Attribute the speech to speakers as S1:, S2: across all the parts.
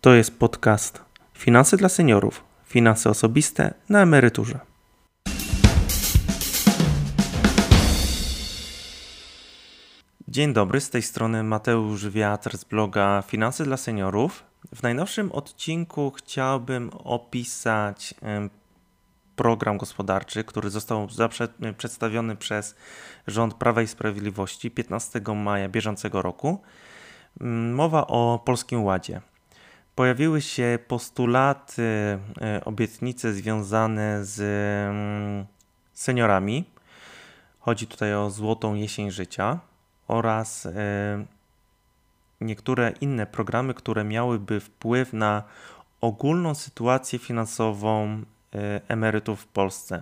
S1: To jest podcast Finanse dla seniorów. Finanse osobiste na emeryturze. Dzień dobry, z tej strony Mateusz Wiatr z bloga Finanse dla seniorów. W najnowszym odcinku chciałbym opisać program gospodarczy, który został przedstawiony przez rząd Prawa i Sprawiedliwości 15 maja bieżącego roku. Mowa o Polskim Ładzie. Pojawiły się postulaty, obietnice związane z seniorami. Chodzi tutaj o złotą jesień życia oraz niektóre inne programy, które miałyby wpływ na ogólną sytuację finansową emerytów w Polsce.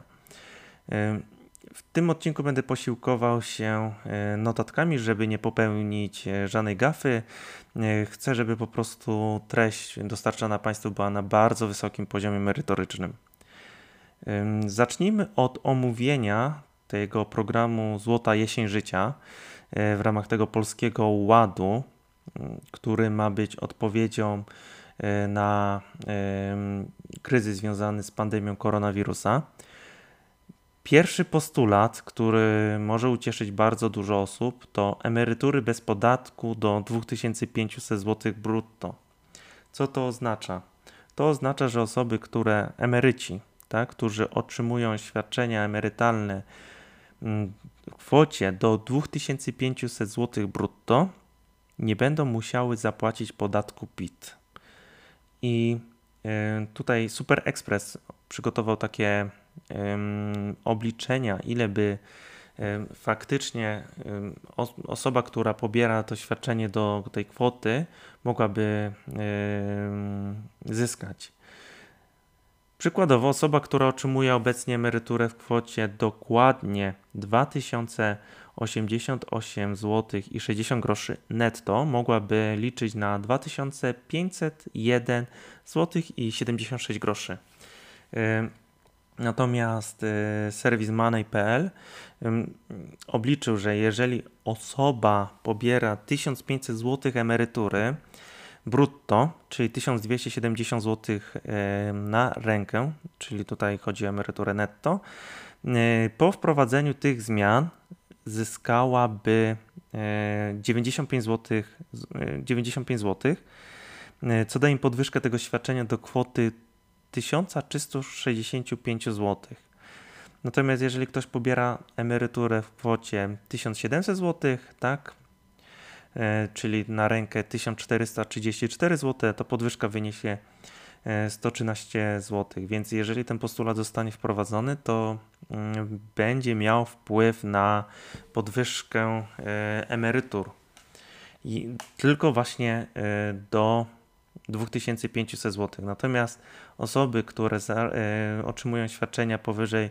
S1: W tym odcinku będę posiłkował się notatkami, żeby nie popełnić żadnej gafy. Chcę, żeby po prostu treść dostarczana Państwu była na bardzo wysokim poziomie merytorycznym. Zacznijmy od omówienia tego programu Złota Jesień Życia w ramach tego Polskiego Ładu, który ma być odpowiedzią na kryzys związany z pandemią koronawirusa. Pierwszy postulat, który może ucieszyć bardzo dużo osób, to emerytury bez podatku do 2500 zł brutto. Co to oznacza? To oznacza, że osoby, emeryci, którzy otrzymują świadczenia emerytalne w kwocie do 2500 zł brutto, nie będą musiały zapłacić podatku PIT. I tutaj Super Express przygotował takie obliczenia, ile by faktycznie osoba, która pobiera to świadczenie do tej kwoty, mogłaby zyskać. Przykładowo osoba, która otrzymuje obecnie emeryturę w kwocie dokładnie 2088 zł i 60 groszy netto, mogłaby liczyć na 2501 zł i 76 groszy. Natomiast serwis Money.pl obliczył, że jeżeli osoba pobiera 1500 zł emerytury brutto, czyli 1270 zł na rękę, czyli tutaj chodzi o emeryturę netto, po wprowadzeniu tych zmian zyskałaby 95 zł, co daje im podwyżkę tego świadczenia do kwoty 1365 zł. Natomiast jeżeli ktoś pobiera emeryturę w kwocie 1700 zł, czyli na rękę 1434 zł, to podwyżka wyniesie 113 zł. Więc jeżeli ten postulat zostanie wprowadzony, to będzie miał wpływ na podwyżkę emerytur. I tylko właśnie do 2500 zł. Natomiast osoby, które otrzymują świadczenia powyżej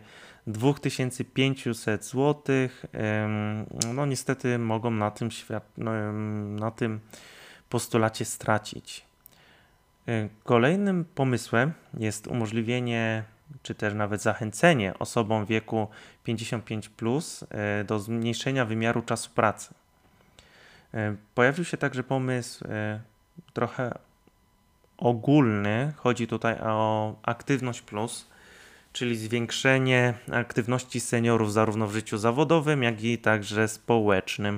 S1: 2500 zł, no niestety mogą na tym postulacie stracić. Kolejnym pomysłem jest umożliwienie, czy też nawet zachęcenie osobom w wieku 55+ do zmniejszenia wymiaru czasu pracy. Pojawił się także pomysł trochę ogólny, chodzi tutaj o aktywność plus, czyli zwiększenie aktywności seniorów zarówno w życiu zawodowym, jak i także społecznym.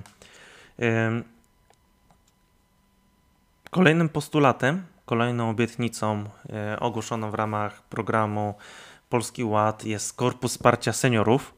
S1: Kolejnym postulatem, kolejną obietnicą ogłoszoną w ramach programu Polski Ład jest Korpus Wsparcia Seniorów,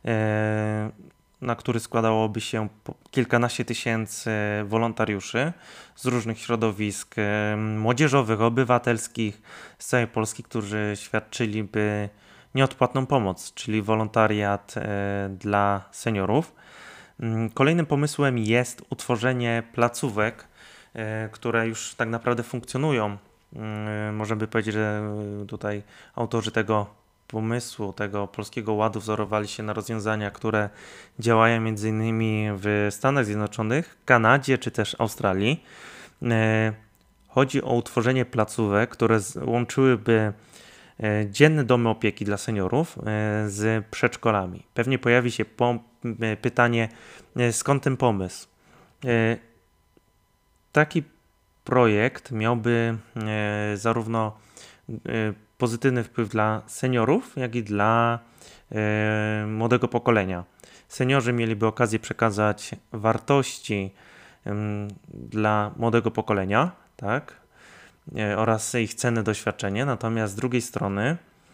S1: na który składałoby się kilkanaście tysięcy wolontariuszy z różnych środowisk młodzieżowych, obywatelskich z całej Polski, którzy świadczyliby nieodpłatną pomoc, czyli wolontariat dla seniorów. Kolejnym pomysłem jest utworzenie placówek, które już tak naprawdę funkcjonują. Możemy powiedzieć, że tutaj autorzy tego pomysłu, tego Polskiego Ładu wzorowali się na rozwiązania, które działają m.in. w Stanach Zjednoczonych, Kanadzie czy też Australii. Chodzi o utworzenie placówek, które łączyłyby dzienne domy opieki dla seniorów z przedszkolami. Pewnie pojawi się pytanie, skąd ten pomysł? Taki projekt miałby zarówno pozytywny wpływ dla seniorów, jak i dla młodego pokolenia. Seniorzy mieliby okazję przekazać wartości dla młodego pokolenia, tak? Oraz ich cenne doświadczenie, natomiast z drugiej strony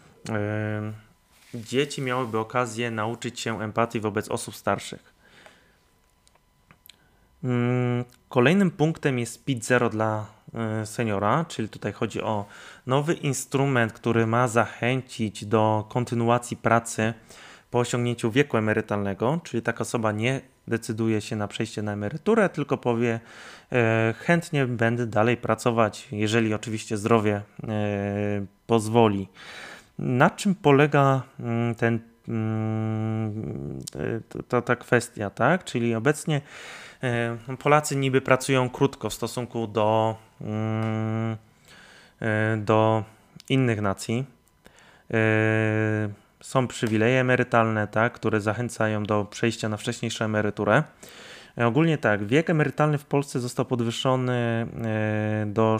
S1: dzieci miałyby okazję nauczyć się empatii wobec osób starszych. Kolejnym punktem jest PIT Zero dla seniora, czyli tutaj chodzi o nowy instrument, który ma zachęcić do kontynuacji pracy po osiągnięciu wieku emerytalnego, czyli taka osoba nie decyduje się na przejście na emeryturę, tylko powie chętnie będę dalej pracować, jeżeli oczywiście zdrowie pozwoli. Na czym polega ta kwestia, tak? Czyli obecnie Polacy niby pracują krótko w stosunku do innych nacji. Są przywileje emerytalne, tak, które zachęcają do przejścia na wcześniejszą emeryturę. Ogólnie tak, wiek emerytalny w Polsce został podwyższony do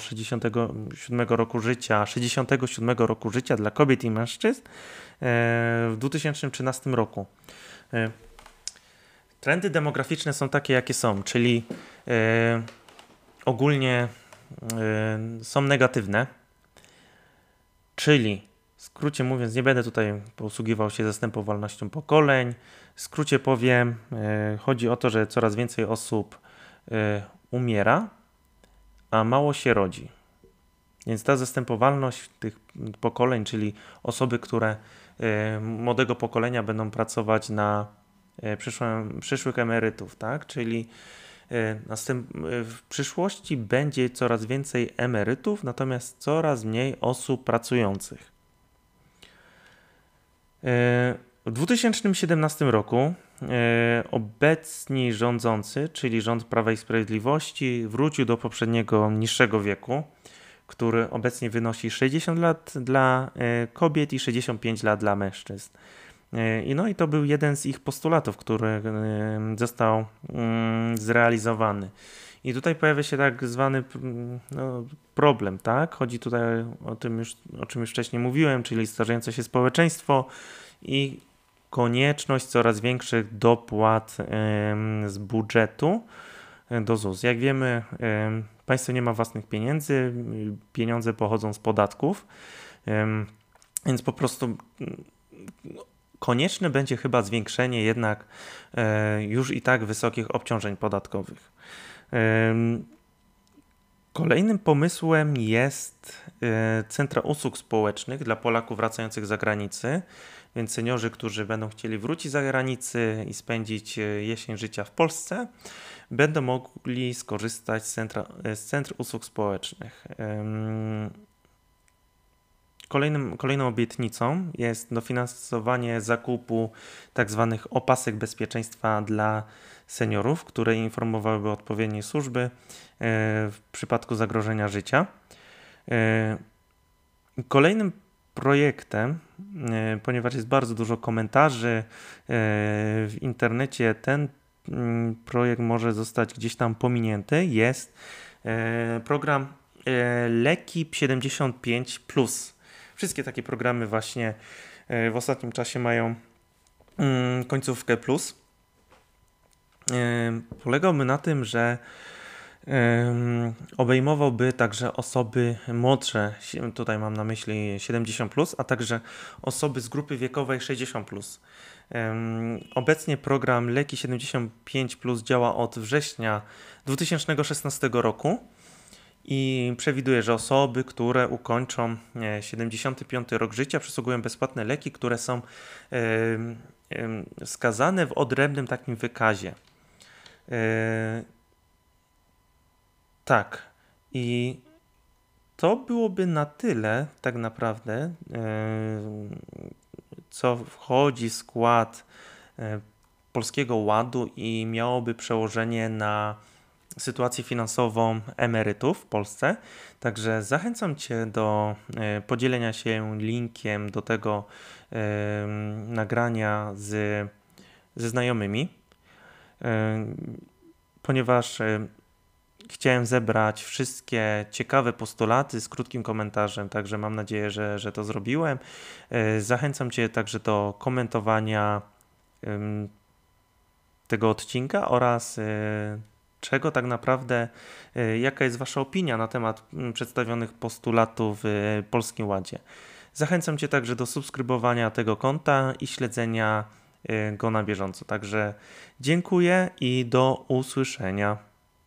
S1: 67 roku życia dla kobiet i mężczyzn w 2013 roku. Trendy demograficzne są takie, jakie są, czyli ogólnie są negatywne, czyli w skrócie mówiąc, nie będę tutaj posługiwał się zastępowalnością pokoleń. W skrócie powiem, chodzi o to, że coraz więcej osób umiera, a mało się rodzi. Więc ta zastępowalność tych pokoleń, czyli osoby, które młodego pokolenia będą pracować na przyszłych emerytów, tak? Czyli w przyszłości będzie coraz więcej emerytów, natomiast coraz mniej osób pracujących. W 2017 roku obecni rządzący, czyli rząd Prawa i Sprawiedliwości, wrócił do poprzedniego niższego wieku, który obecnie wynosi 60 lat dla kobiet i 65 lat dla mężczyzn. I to był jeden z ich postulatów, który został zrealizowany. I tutaj pojawia się tak zwany problem, tak? Chodzi tutaj o czym już wcześniej mówiłem, czyli starzejące się społeczeństwo i konieczność coraz większych dopłat z budżetu do ZUS. Jak wiemy, państwo nie ma własnych pieniędzy, pieniądze pochodzą z podatków, więc po prostu konieczne będzie chyba zwiększenie jednak już i tak wysokich obciążeń podatkowych. Kolejnym pomysłem jest centra usług społecznych dla Polaków wracających z zagranicy, więc seniorzy, którzy będą chcieli wrócić z zagranicy i spędzić jesień życia w Polsce, będą mogli skorzystać z centr usług społecznych. Kolejną obietnicą jest dofinansowanie zakupu tzw. opasek bezpieczeństwa dla seniorów, które informowałyby odpowiednie służby w przypadku zagrożenia życia. Kolejnym projektem, ponieważ jest bardzo dużo komentarzy w internecie, ten projekt może zostać gdzieś tam pominięty, jest program Leki 75+. Wszystkie takie programy właśnie w ostatnim czasie mają końcówkę plus. Polegałby na tym, że obejmowałby także osoby młodsze, tutaj mam na myśli 70+, a także osoby z grupy wiekowej 60+. Obecnie program Leki 75+ działa od września 2016 roku i przewiduje, że osoby, które ukończą 75 rok życia, przysługują bezpłatne leki, które są wskazane w odrębnym takim wykazie. Tak. I to byłoby na tyle tak naprawdę, co wchodzi w skład Polskiego Ładu i miałoby przełożenie na sytuację finansową emerytów w Polsce. Także zachęcam Cię do podzielenia się linkiem do tego nagrania ze znajomymi, ponieważ chciałem zebrać wszystkie ciekawe postulaty z krótkim komentarzem, także mam nadzieję, że to zrobiłem. Zachęcam Cię także do komentowania tego odcinka oraz czego tak naprawdę, jaka jest Wasza opinia na temat przedstawionych postulatów w Polskim Ładzie. Zachęcam Cię także do subskrybowania tego konta i śledzenia go na bieżąco. Także dziękuję i do usłyszenia.